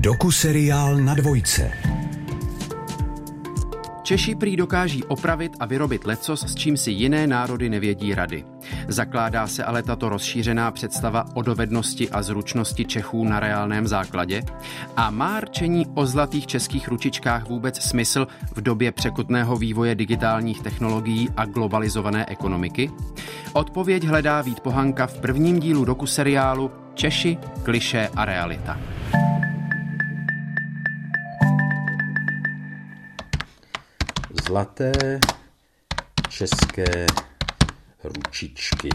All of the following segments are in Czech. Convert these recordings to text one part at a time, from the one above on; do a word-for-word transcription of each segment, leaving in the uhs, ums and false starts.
Dokuseriál na dvojce. Češi prý dokáží opravit a vyrobit lecos, s čím si jiné národy nevědí rady. Zakládá se ale tato rozšířená představa o dovednosti a zručnosti Čechů na reálném základě? A má rčení o zlatých českých ručičkách vůbec smysl v době překotného vývoje digitálních technologií a globalizované ekonomiky? Odpověď hledá Vít Pohanka v prvním dílu dokuseriálu Češi, klišé a realita. Zlaté české ručičky.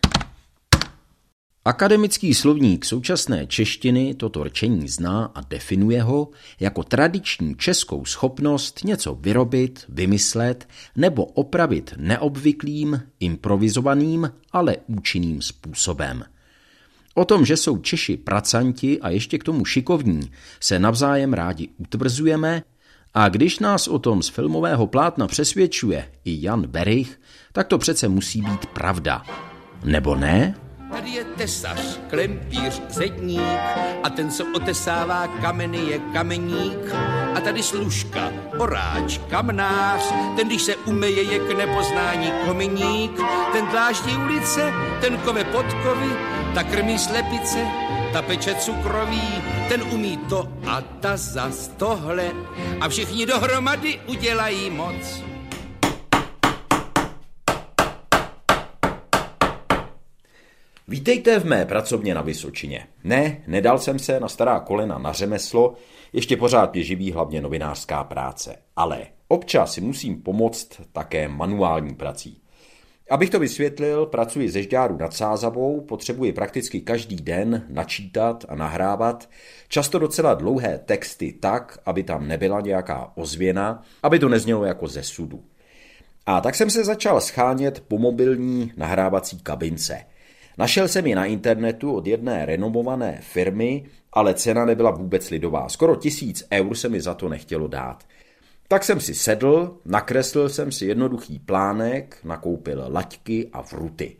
Akademický slovník současné češtiny toto rčení zná a definuje ho jako tradiční českou schopnost něco vyrobit, vymyslet nebo opravit neobvyklým, improvizovaným, ale účinným způsobem. O tom, že jsou Češi pracanti a ještě k tomu šikovní, se navzájem rádi utvrzujeme. A když nás o tom z filmového plátna přesvědčuje i Jan Werich, tak to přece musí být pravda. Nebo ne? Tady je tesař, klempíř, zedník a ten, co otesává kameny, je kameník. A tady služka, oráč, kamnář, ten, když se umeje, je k nepoznání kominík. Ten dláždí ulice, ten kove podkovy, ta krmí slepice, ta peče cukroví, ten umí to a ta zas tohle a všichni dohromady udělají moc. Vítejte v mé pracovně na Vysočině. Ne, nedal jsem se na stará kolena na řemeslo, ještě pořád mě živí hlavně novinářská práce. Ale občas si musím pomoct také manuální prací. Abych to vysvětlil, pracuji ze Žďáru nad Sázavou, potřebuji prakticky každý den načítat a nahrávat, často docela dlouhé texty tak, aby tam nebyla nějaká ozvěna, aby to neznělo jako ze sudu. A tak jsem se začal schánět po mobilní nahrávací kabince. Našel jsem ji na internetu od jedné renomované firmy, ale cena nebyla vůbec lidová. Skoro tisíc eur se mi za to nechtělo dát. Tak jsem si sedl, nakreslil jsem si jednoduchý plánek, nakoupil laťky a vruty.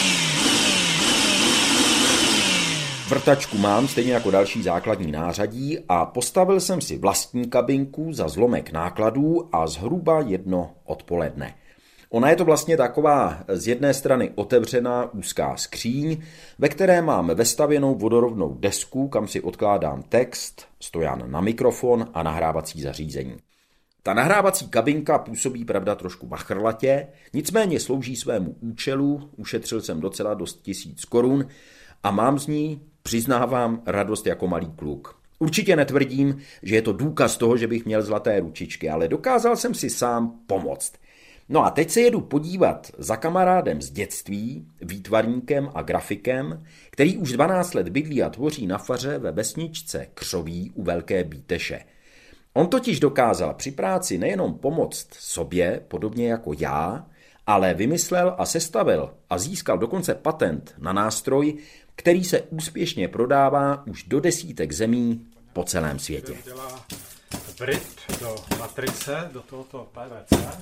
Vrtačku mám stejně jako další základní nářadí a postavil jsem si vlastní kabinku za zlomek nákladů a zhruba jedno odpoledne. Ona je to vlastně taková z jedné strany otevřená úzká skříň, ve které mám vestavěnou vodorovnou desku, kam si odkládám text, stojan na mikrofon a nahrávací zařízení. Ta nahrávací kabinka působí pravda trošku machrlatě, nicméně slouží svému účelu, ušetřil jsem docela dost tisíc korun a mám z ní, přiznávám, radost jako malý kluk. Určitě netvrdím, že je to důkaz toho, že bych měl zlaté ručičky, ale dokázal jsem si sám pomoct. No a teď se jedu podívat za kamarádem z dětství, výtvarníkem a grafikem, který už dvanáct let bydlí a tvoří na faře ve vesničce Křoví u Velké Bíteše. On totiž dokázal při práci nejenom pomoct sobě, podobně jako já, ale vymyslel a sestavil a získal dokonce patent na nástroj, který se úspěšně prodává už do desítek zemí po celém světě. Dělá vryt do matrice, do tohoto P V C.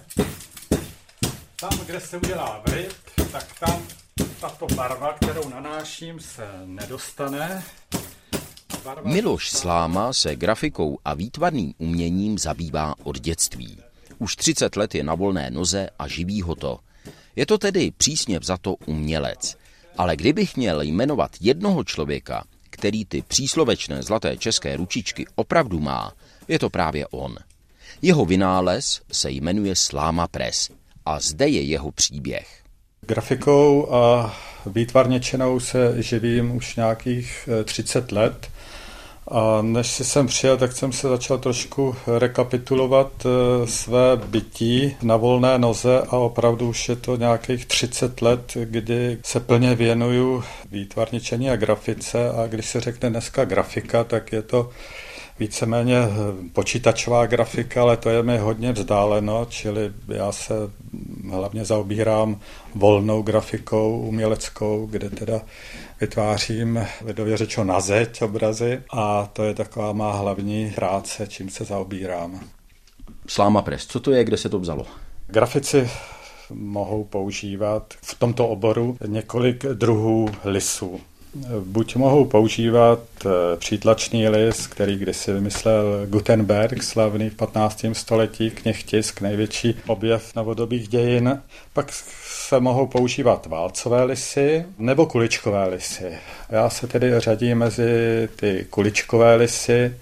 Tam, kde se udělá vryt, tak tam tato barva, kterou nanáším, se nedostane. Barva Miloš Sláma se grafikou a výtvarným uměním zabývá od dětství. Už třicet let je na volné noze a živí ho to. Je to tedy přísně vzato umělec. Ale kdybych měl jmenovat jednoho člověka, který ty příslovečné zlaté české ručičky opravdu má, je to právě on. Jeho vynález se jmenuje Sláma Press a zde je jeho příběh. Grafikou a výtvarněčinou se živím už nějakých třicet let. A než si sem přijel, tak jsem se začal trošku rekapitulovat své bytí na volné noze a opravdu už je to nějakých třicet let, kdy se plně věnuju výtvarničení a grafice a když se řekne dneska grafika, tak je to víceméně počítačová grafika, ale to je mi hodně vzdáleno, čili já se hlavně zaobírám volnou grafikou uměleckou, kde teda vytvářím lidově řečeno na zeď obrazy a to je taková má hlavní práce, čím se zaobírám. Sláma Press, co to je, kde se to vzalo? Grafici mohou používat v tomto oboru několik druhů lisů. buď mohou používat přítlačný list, který kdysi vymyslel Gutenberg, slavný v patnáctém století, kněhtisk, největší objev novodobých dějin. Pak se mohou používat válcové lisy nebo kuličkové lisy. Já se tedy řadím mezi ty kuličkové lisy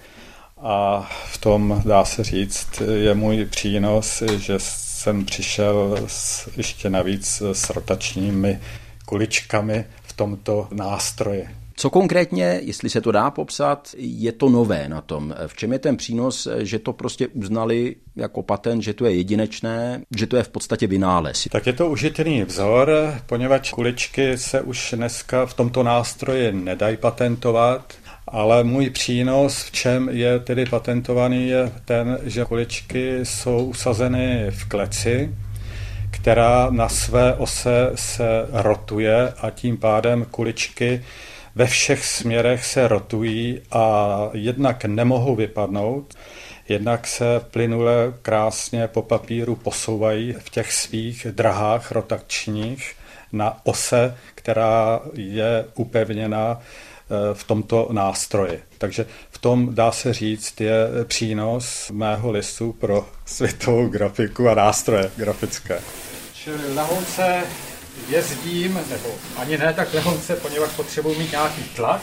a v tom, dá se říct, je můj přínos, že jsem přišel s, ještě navíc s rotačními kuličkami v tomto nástroji. Co konkrétně, jestli se to dá popsat, je to nové na tom? V čem je ten přínos, že to prostě uznali jako patent, že to je jedinečné, že to je v podstatě vynález? Tak je to užitný vzor, poněvadž kuličky se už dneska v tomto nástroji nedají patentovat, ale můj přínos, v čem je tedy patentovaný, je ten, že kuličky jsou usazeny v kleci, která na své ose se rotuje a tím pádem kuličky ve všech směrech se rotují a jednak nemohou vypadnout, jednak se plynule krásně po papíru posouvají v těch svých drahách rotačních na ose, která je upevněna v tomto nástroji. Takže v tom, dá se říct, je přínos mého listu pro světovou grafiku a nástroje grafické. Čili lehonce jezdím, nebo ani ne tak lehonce, poněvadž potřebuji mít nějaký tlak.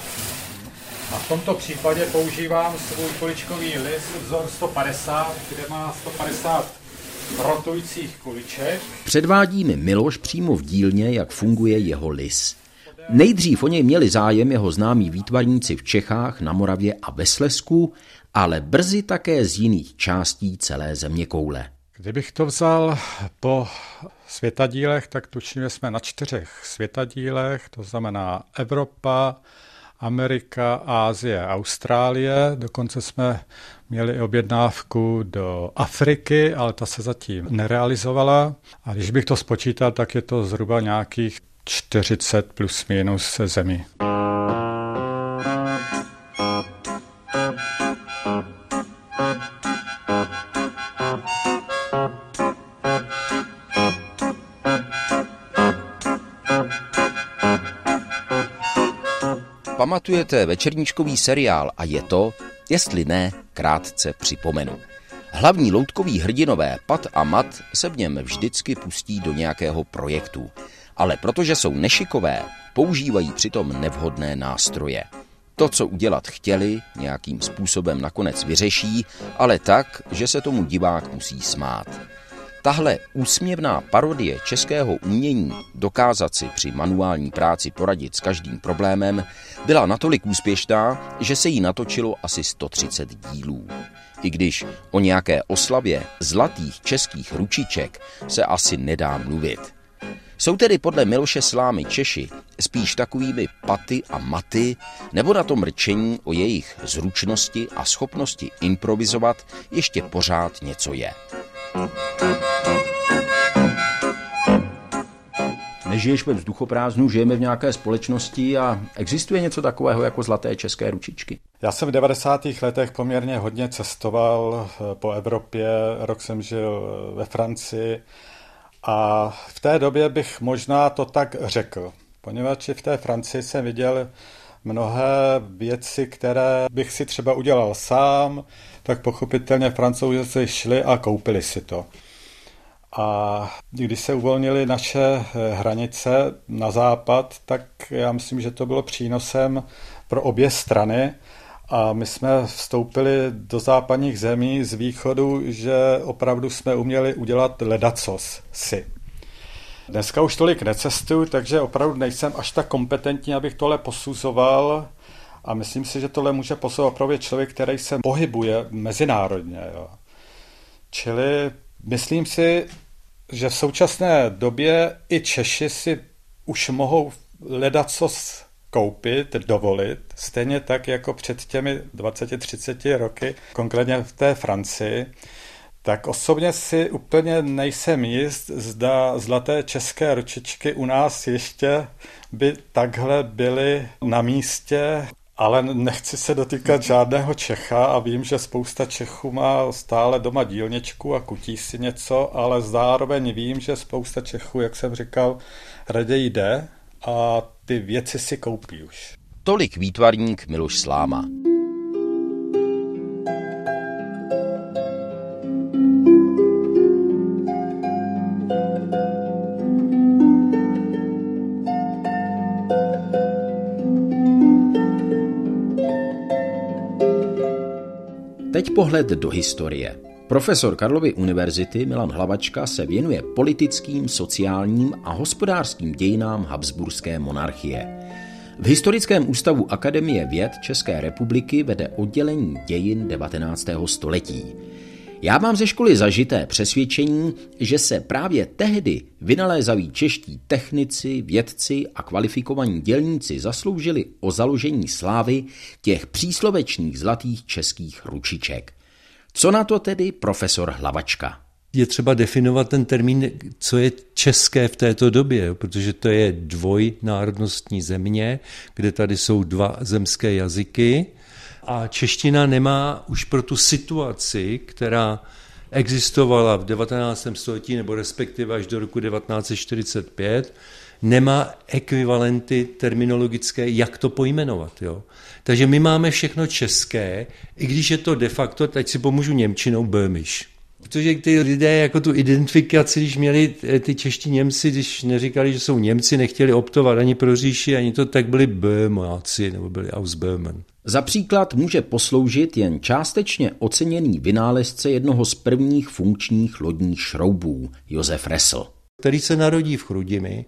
A v tomto případě používám svůj kuličkový list vzor sto padesát, kde má sto padesát rotujících kuliček. Předvádí mi Miloš přímo v dílně, jak funguje jeho lis. Nejdřív o něj měli zájem jeho známí výtvarníci v Čechách, na Moravě a ve Slezsku, ale brzy také z jiných částí celé zeměkoule. Kdybych to vzal po světadílech, tak tučím, že jsme na čtyřech světadílech, to znamená Evropa, Amerika, Asie, Austrálie. Dokonce jsme měli objednávku do Afriky, ale ta se zatím nerealizovala. A když bych to spočítal, tak je to zhruba nějakých čtyřicet plus minus zemí. Pamatujete večerníčkový seriál a je to, jestli ne, krátce připomenu. Hlavní loutkoví hrdinové Pat a Mat se v něm vždycky pustí do nějakého projektu, ale protože jsou nešikové, používají přitom nevhodné nástroje. To, co udělat chtěli, nějakým způsobem nakonec vyřeší, ale tak, že se tomu divák musí smát. Tahle úsměvná parodie českého umění dokázat si při manuální práci poradit s každým problémem byla natolik úspěšná, že se jí natočilo asi sto třicet dílů. I když o nějaké oslavě zlatých českých ručiček se asi nedá mluvit. Jsou tedy podle Miloše Slámy Češi spíš takovými Paty a Maty, nebo na tom rčení o jejich zručnosti a schopnosti improvizovat ještě pořád něco je. Nežiješ ve vzduchoprázdnu, žijeme v nějaké společnosti a existuje něco takového jako zlaté české ručičky? Já jsem v devadesátých letech poměrně hodně cestoval po Evropě, rok jsem žil ve Francii a v té době bych možná to tak řekl, poněvadž v té Francii jsem viděl mnohé věci, které bych si třeba udělal sám, tak pochopitelně Francouzi šli a koupili si to. A když se uvolnily naše hranice na západ, tak já myslím, že to bylo přínosem pro obě strany. A my jsme vstoupili do západních zemí z východu, že opravdu jsme uměli udělat ledacos si. Dneska už tolik necestuju, takže opravdu nejsem až tak kompetentní, abych tohle posuzoval. A myslím si, že tohle může posouvat opravdu člověk, který se pohybuje mezinárodně. Jo. Čili myslím si, že v současné době i Češi si už mohou ledacos koupit, dovolit, stejně tak jako před těmi dvaceti třiceti roky, konkrétně v té Francii. Tak osobně si úplně nejsem jist, zda zlaté české ručičky u nás ještě by takhle byly na místě, ale nechci se dotýkat žádného Čecha a vím, že spousta Čechů má stále doma dílničku a kutí si něco, ale zároveň vím, že spousta Čechů, jak jsem říkal, raději jde a ty věci si koupí už. Tolik výtvarník Miloš Sláma. Teď pohled do historie. Profesor Karlovy univerzity Milan Hlavačka se věnuje politickým, sociálním a hospodářským dějinám habsburské monarchie. V Historickém ústavu Akademie věd České republiky vede oddělení dějin devatenáctého století. Já mám ze školy zažité přesvědčení, že se právě tehdy vynalézaví čeští technici, vědci a kvalifikovaní dělníci zasloužili o založení slávy těch příslovečných zlatých českých ručiček. Co na to tedy profesor Hlavačka? Je třeba definovat ten termín, co je české v této době, protože to je dvojnárodnostní země, kde tady jsou dva zemské jazyky a čeština nemá už pro tu situaci, která existovala v devatenáctém století nebo respektive až do roku devatenáct set čtyřicet pět, nemá ekvivalenty terminologické, jak to pojmenovat. Jo? Takže my máme všechno české, i když je to de facto, teď si pomůžu němčinou, böhmisch. Protože ty lidé jako tu identifikaci, když měli ty čeští Němci, když neříkali, že jsou Němci, nechtěli optovat ani pro říši, ani to, tak byli Böhmáci, nebo byli aus Böhmen. Za příklad může posloužit jen částečně oceněný vynálezce jednoho z prvních funkčních lodních šroubů, Josef Ressel, který se narodí v Chrudimi,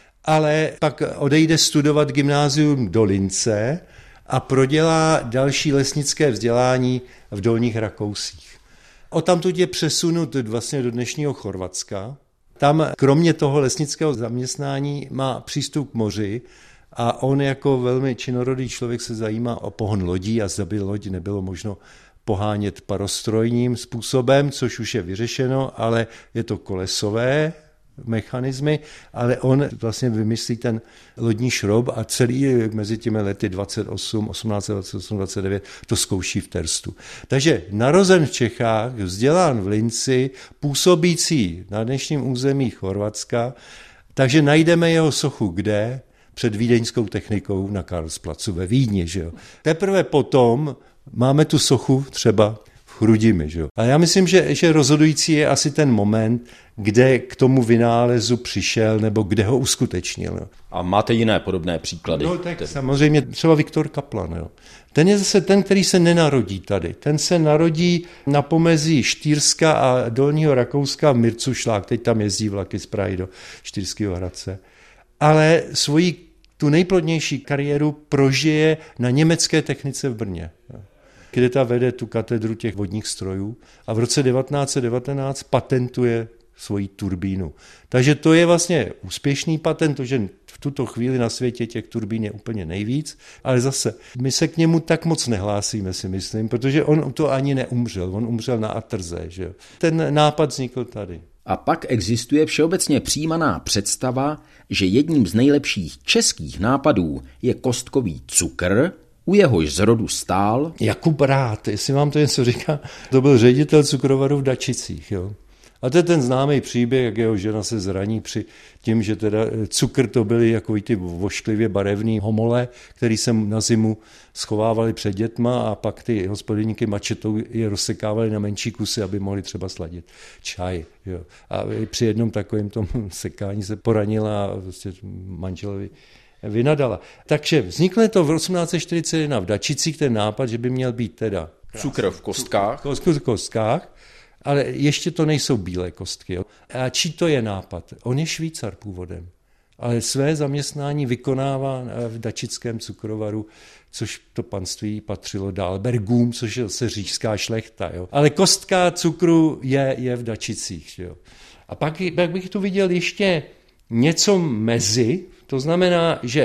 ale pak odejde studovat gymnázium do Lince a prodělá další lesnické vzdělání v Dolních Rakousích. Odtamtud je přesunut vlastně do dnešního Chorvatska. Tam kromě toho lesnického zaměstnání má přístup k moři a on jako velmi činorodý člověk se zajímá o pohon lodí a zda by loď nebylo možno pohánět parostrojním způsobem, což už je vyřešeno, ale je to kolesové mechanismy, ale on vlastně vymyslí ten lodní šroub a celý mezi těmi lety dvacet osm, osmnáct dvacet osm, dvacet devět to zkouší v Terstu. Takže narozen v Čechách, vzdělán v Linci, působící na dnešním území Chorvatska, takže najdeme jeho sochu kde? Před vídeňskou technikou na Karlsplacu ve Vídni. Že jo? Teprve potom máme tu sochu třeba v Chrudimi. Že jo? A já myslím, že, že rozhodující je asi ten moment, kde k tomu vynálezu přišel nebo kde ho uskutečnil. Jo? A máte jiné podobné příklady? No tak samozřejmě třeba Viktor Kaplan. Jo? Ten je zase ten, který se nenarodí tady. Ten se narodí na pomezí Štýrska a Dolního Rakouska, Mircušlák, teď tam jezdí vlaky z Prahy do Štýrského Hradce. Ale svoji tu nejplodnější kariéru prožije na německé technice v Brně, kde ta vede tu katedru těch vodních strojů a v roce devatenáct set devatenáct patentuje svoji turbínu. Takže to je vlastně úspěšný patent, že v tuto chvíli na světě těch turbín je úplně nejvíc, ale zase my se k němu tak moc nehlásíme, si myslím, protože on to ani neumřel, on umřel na atrze. Že jo. Ten nápad vznikl tady. A pak existuje všeobecně přijímaná představa, že jedním z nejlepších českých nápadů je kostkový cukr, u jehož zrodu stál Jakub Rád, jestli vám to něco říká, to byl ředitel cukrovaru v Dačicích. Jo. A to je ten známý příběh, jak jeho žena se zraní při tím, že teda cukr to byly jako ty vošklivě barevný homole, který se na zimu schovávali před dětma a pak ty hospodyníky mačetou je rozsekávali na menší kusy, aby mohli třeba sladit čaj. Jo. A při jednom takovém tom sekání se poranila a vlastně manželovi vynadala. Takže vzniklo to v osmnáct set čtyřicet jedna v Dačicích ten nápad, že by měl být teda cukr v kostkách. Cukr v kostkách. Ale ještě to nejsou bílé kostky. Jo. A čí to je nápad? On je Švýcar původem, ale své zaměstnání vykonává v dačickém cukrovaru, což to panství patřilo Dalbergům, což je zase říšská šlechta. Jo. Ale kostka cukru je, je v Dačicích. Jo. A pak, pak bych tu viděl ještě něco mezi, to znamená, že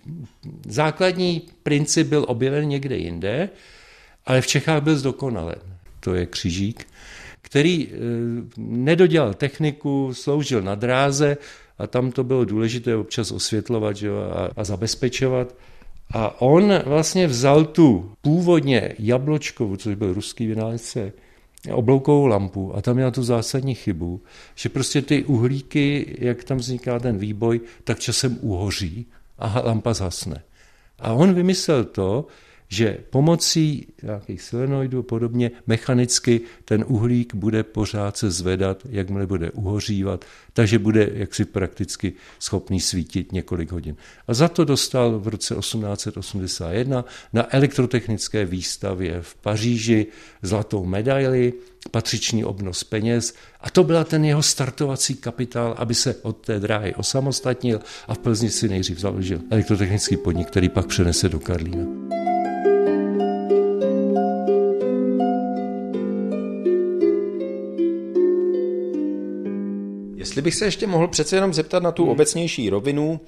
základní princip byl objeven někde jinde, ale v Čechách byl zdokonalen. To je křižík, který nedodělal techniku, sloužil na dráze a tam to bylo důležité občas osvětlovat, že jo, a, a zabezpečovat. A on vlastně vzal tu původně jabločkovou, což byl ruský vynálezce, obloukovou lampu a tam měla tu zásadní chybu, že prostě ty uhlíky, jak tam vzniká ten výboj, tak časem uhoří a lampa zhasne. A on vymyslel to, že pomocí nějakých selenoidů podobně mechanicky ten uhlík bude pořád se zvedat, jakmile bude uhořívat, takže bude jaksi prakticky schopný svítit několik hodin. A za to dostal v roce osmnáct set osmdesát jedna na elektrotechnické výstavě v Paříži zlatou medaili, patřičný obnos peněz a to byl ten jeho startovací kapitál, aby se od té dráhy osamostatnil a v Plzni si nejdřív založil elektrotechnický podnik, který pak přenese do Karlína. Jestli bych se ještě mohl přece jenom zeptat na tu hmm. obecnější rovinu,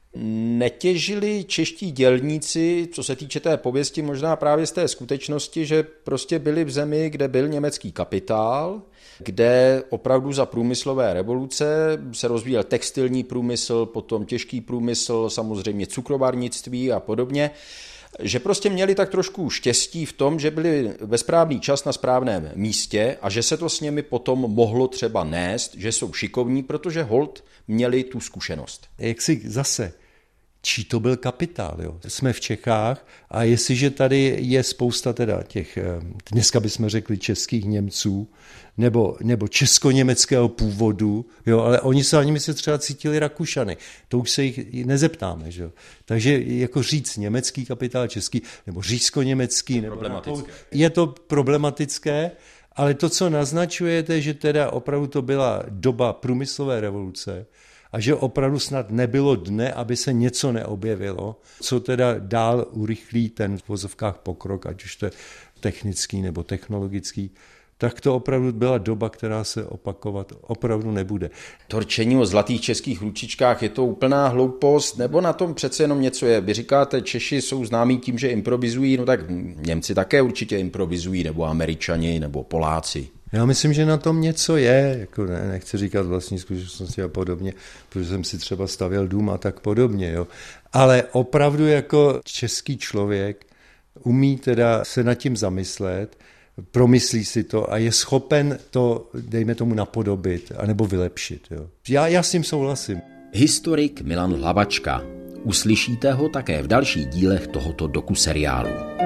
netěžili čeští dělníci, co se týče té pověsti, možná právě z té skutečnosti, že prostě byli v zemi, kde byl německý kapitál, kde opravdu za průmyslové revoluce se rozvíjel textilní průmysl, potom těžký průmysl, samozřejmě cukrovarnictví a podobně, že prostě měli tak trošku štěstí v tom, že byli ve správný čas na správném místě a že se to s nimi potom mohlo třeba nést, že jsou šikovní, protože holt měli tu zkušenost. Jak si zase, čí to byl kapitál? Jo? Jsme v Čechách a jestliže tady je spousta teda těch, dneska bychom řekli českých Němců, nebo, nebo česko-německého původu, jo, ale oni se ani se třeba cítili Rakušany. To už se jich nezeptáme. Že? Takže jako říct německý kapitál, český, nebo říšsko-německý, nebo problematické. Je to problematické, ale to, co naznačujete, že teda opravdu to byla doba průmyslové revoluce a že opravdu snad nebylo dne, aby se něco neobjevilo, co teda dál urychlí ten v vozovkách pokrok, ať už to je technický nebo technologický, tak to opravdu byla doba, která se opakovat opravdu nebude. To rčení o zlatých českých ručičkách, je to úplná hloupost, nebo na tom přece jenom něco je? Vy říkáte, Češi jsou známí tím, že improvizují, no tak Němci také určitě improvizují, nebo Američani, nebo Poláci. Já myslím, že na tom něco je, jako ne, nechci říkat vlastní zkušenosti a podobně, protože jsem si třeba stavěl dům a tak podobně, jo. Ale opravdu jako český člověk umí teda se nad tím zamyslet, promyslí si to a je schopen to, dejme tomu, napodobit anebo vylepšit. Jo. Já, já s tím souhlasím. Historik Milan Hlavačka. Uslyšíte ho také v dalších dílech tohoto dokuseriálu.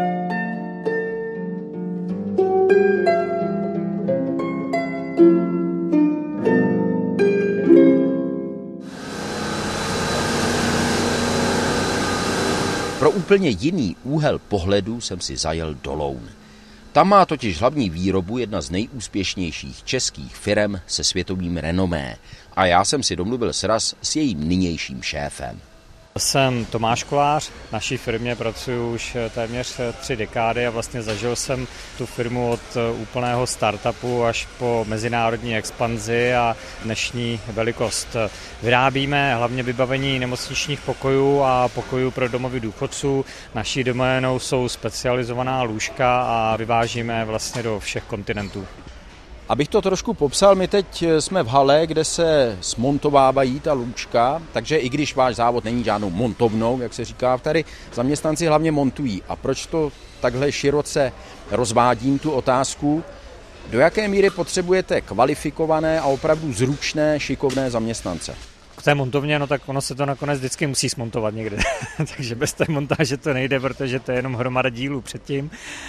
Pro úplně jiný úhel pohledu jsem si zajel do Loun. Tam má totiž hlavní výrobu jedna z nejúspěšnějších českých firem se světovým renomé a já jsem si domluvil sraz s jejím nynějším šéfem. Jsem Tomáš Kolář, v naší firmě pracuji už téměř tři dekády a vlastně zažil jsem tu firmu od úplného startupu až po mezinárodní expanzi a dnešní velikost. Vyrábíme hlavně vybavení nemocničních pokojů a pokojů pro domovy důchodců. Naší doménou jsou specializovaná lůžka a vyvážíme vlastně do všech kontinentů. Abych to trošku popsal, my teď jsme v hale, kde se smontovávají ta lůžka, takže i když váš závod není žádnou montovnou, jak se říká, tady zaměstnanci hlavně montují. A proč to takhle široce rozvádím tu otázku? Do jaké míry potřebujete kvalifikované a opravdu zručné, šikovné zaměstnance? K té montovně, no tak ono se to nakonec vždycky musí smontovat někde. Takže bez té montáže to nejde, protože to je jenom hromada dílů předtím.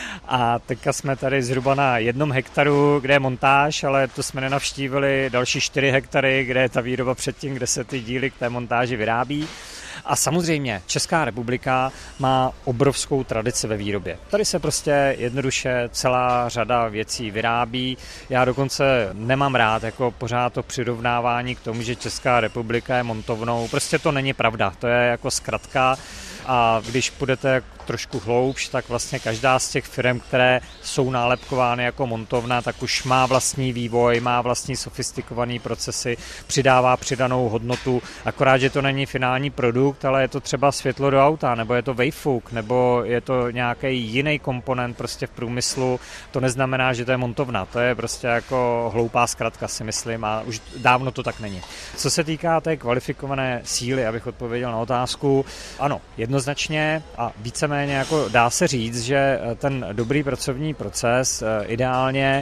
A teďka jsme tady zhruba na jednom hektaru, kde je montáž, ale to jsme nenavštívili další čtyři hektary, kde je ta výroba předtím, kde se ty díly k té montáži vyrábí. A samozřejmě Česká republika má obrovskou tradici ve výrobě. Tady se prostě jednoduše celá řada věcí vyrábí. Já dokonce nemám rád jako pořád to přirovnávání k tomu, že Česká republika je montovnou. Prostě to není pravda, to je jako zkratka. A když půjdete trošku hloubš, tak vlastně každá z těch firm, které jsou nálepkovány jako montovna, tak už má vlastní vývoj, má vlastní sofistikované procesy, přidává přidanou hodnotu, akorát, že to není finální produkt, ale je to třeba světlo do auta, nebo je to vejfuk, nebo je to nějaký jiný komponent prostě v průmyslu, to neznamená, že to je montovna, to je prostě jako hloupá zkratka, si myslím, a už dávno to tak není. Co se týká té kvalifikované síly, abych odpověděl na otázku, ano, jedno jednoznačně a víceméně jako dá se říct, že ten dobrý pracovní proces ideálně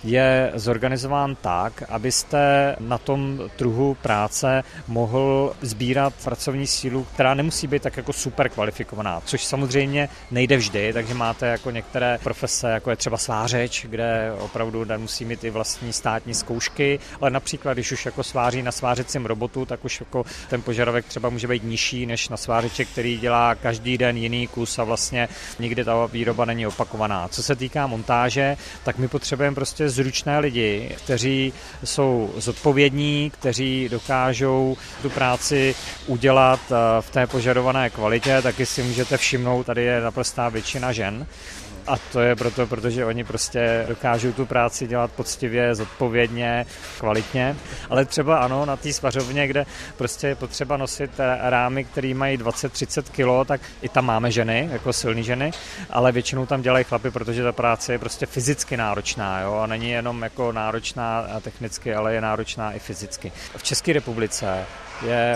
je zorganizován tak, abyste na tom trhu práce mohl sbírat pracovní sílu, která nemusí být tak jako super kvalifikovaná, což samozřejmě nejde vždy, takže máte jako některé profese, jako je třeba svářeč, kde opravdu musí mít i vlastní státní zkoušky, ale například, když už jako sváří na svářecím robotu, tak už jako ten požadavek třeba může být nižší než na svářeče, který dělá každý den jiný kus a vlastně nikdy ta výroba není opakovaná. Co se týká montáže, tak my potřebujeme prostě zručné lidi, kteří jsou zodpovědní, kteří dokážou tu práci udělat v té požadované kvalitě, taky si můžete všimnout, tady je naprostá většina žen. A to je proto, protože oni prostě dokážou tu práci dělat poctivě, zodpovědně, kvalitně. Ale třeba ano, na té svařovně, kde prostě je potřeba nosit rámy, které mají dvacet třicet kilo, tak i tam máme ženy, jako silné ženy, ale většinou tam dělají chlapy, protože ta práce je prostě fyzicky náročná, jo? A není jenom jako náročná technicky, ale je náročná i fyzicky. V České republice je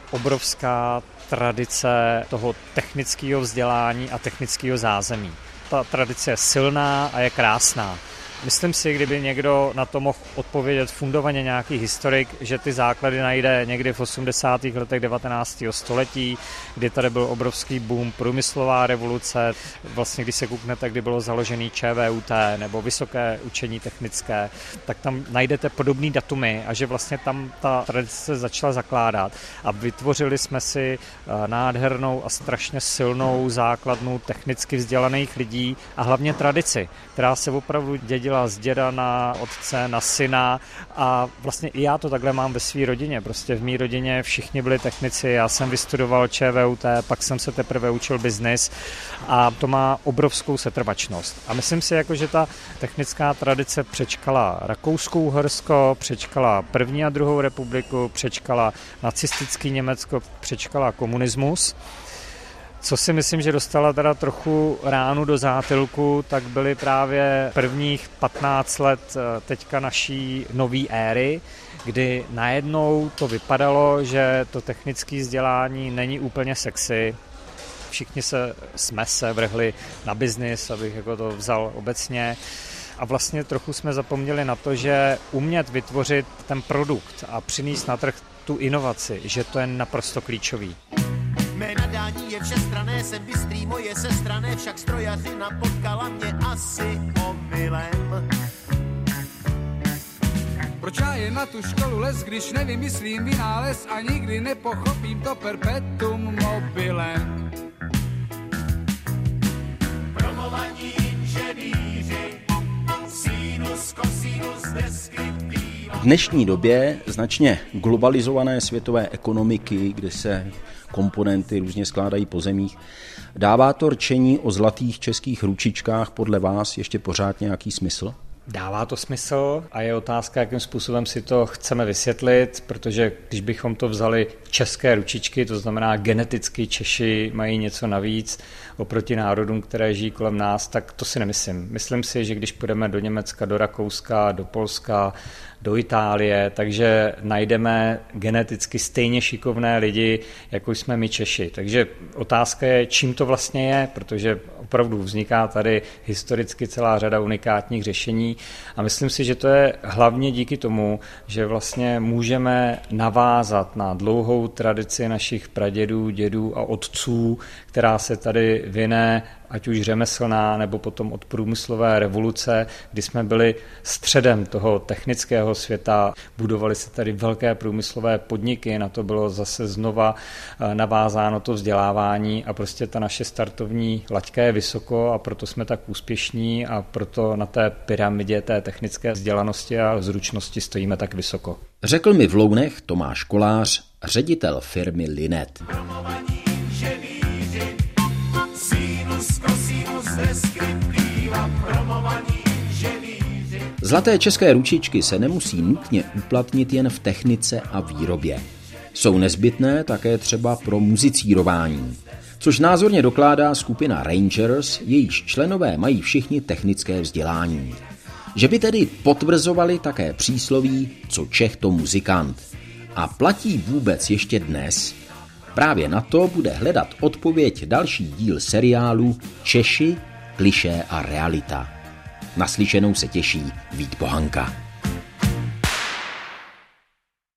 obrovská tradice toho technického vzdělání a technického zázemí. Ta tradice je silná a je krásná. Myslím si, kdyby někdo na to mohl odpovědět fundovaně nějaký historik, že ty základy najde někdy v osmdesátých letech devatenáctého století, kdy tady byl obrovský boom, průmyslová revoluce, vlastně když se kouknete, kdy bylo založený ČVUT nebo Vysoké učení technické, tak tam najdete podobný datumy a že vlastně tam ta tradice začala zakládat a vytvořili jsme si nádhernou a strašně silnou základnu technicky vzdělaných lidí a hlavně tradici, která se opravdu dědila z děda na otce, na syna a vlastně i já to takhle mám ve své rodině. Prostě v mé rodině všichni byli technici, já jsem vystudoval ČVUT, pak jsem se teprve učil biznis a to má obrovskou setrvačnost. A myslím si, jako, že ta technická tradice přečkala Rakouskou-Uhersko, přečkala první a druhou republiku, přečkala nacistický Německo, přečkala komunismus. Co si myslím, že dostala teda trochu ránu do zátylku, tak byly právě prvních patnáct let teďka naší nový éry, kdy najednou to vypadalo, že to technické vzdělání není úplně sexy. Všichni se, jsme se vrhli na biznis, abych jako to vzal obecně. A vlastně trochu jsme zapomněli na to, že umět vytvořit ten produkt a přinést na trh tu inovaci, že to je naprosto klíčový. Mé nadání je všestranné, jsem bystrý, moje sestrané, však strojařina potkala mě asi omylem. Proč já jen na tu školu les, když nevymyslím vynález a nikdy nepochopím to perpetuum mobilem. Promovaní inženýři, sinus, cosinus, deskriptiva. V dnešní době značně globalizované světové ekonomiky, kde se komponenty různě skládají po zemích, dává to rčení o zlatých českých ručičkách podle vás ještě pořád nějaký smysl? Dává to smysl a je otázka, jakým způsobem si to chceme vysvětlit, protože když bychom to vzali české ručičky, to znamená geneticky Češi mají něco navíc oproti národům, které žijí kolem nás, tak to si nemyslím. Myslím si, že když půjdeme do Německa, do Rakouska, do Polska, do Itálie, takže najdeme geneticky stejně šikovné lidi, jako jsme my Češi. Takže otázka je, čím to vlastně je, protože opravdu vzniká tady historicky celá řada unikátních řešení a myslím si, že to je hlavně díky tomu, že vlastně můžeme navázat na dlouhou tradici našich pradědů, dědů a otců, která se tady vyne, ať už řemeslná, nebo potom od průmyslové revoluce, kdy jsme byli středem toho technického světa, budovali se tady velké průmyslové podniky, na to bylo zase znova navázáno to vzdělávání a prostě ta naše startovní laťka je vysoko a proto jsme tak úspěšní a proto na té pyramidě té technické vzdělanosti a zručnosti stojíme tak vysoko. Řekl mi v Lounech Tomáš Kolář, ředitel firmy Linet. Zlaté české ručičky se nemusí nutně uplatnit jen v technice a výrobě. Jsou nezbytné také třeba pro muzicírování, což názorně dokládá skupina Rangers, jejíž členové mají všichni technické vzdělání. Že by tedy potvrzovali také přísloví, co Čech to muzikant. A platí vůbec ještě dnes. Právě na to bude hledat odpověď další díl seriálu Češi, klišé a realita. Naslyšenou se těší Vít Pohanka.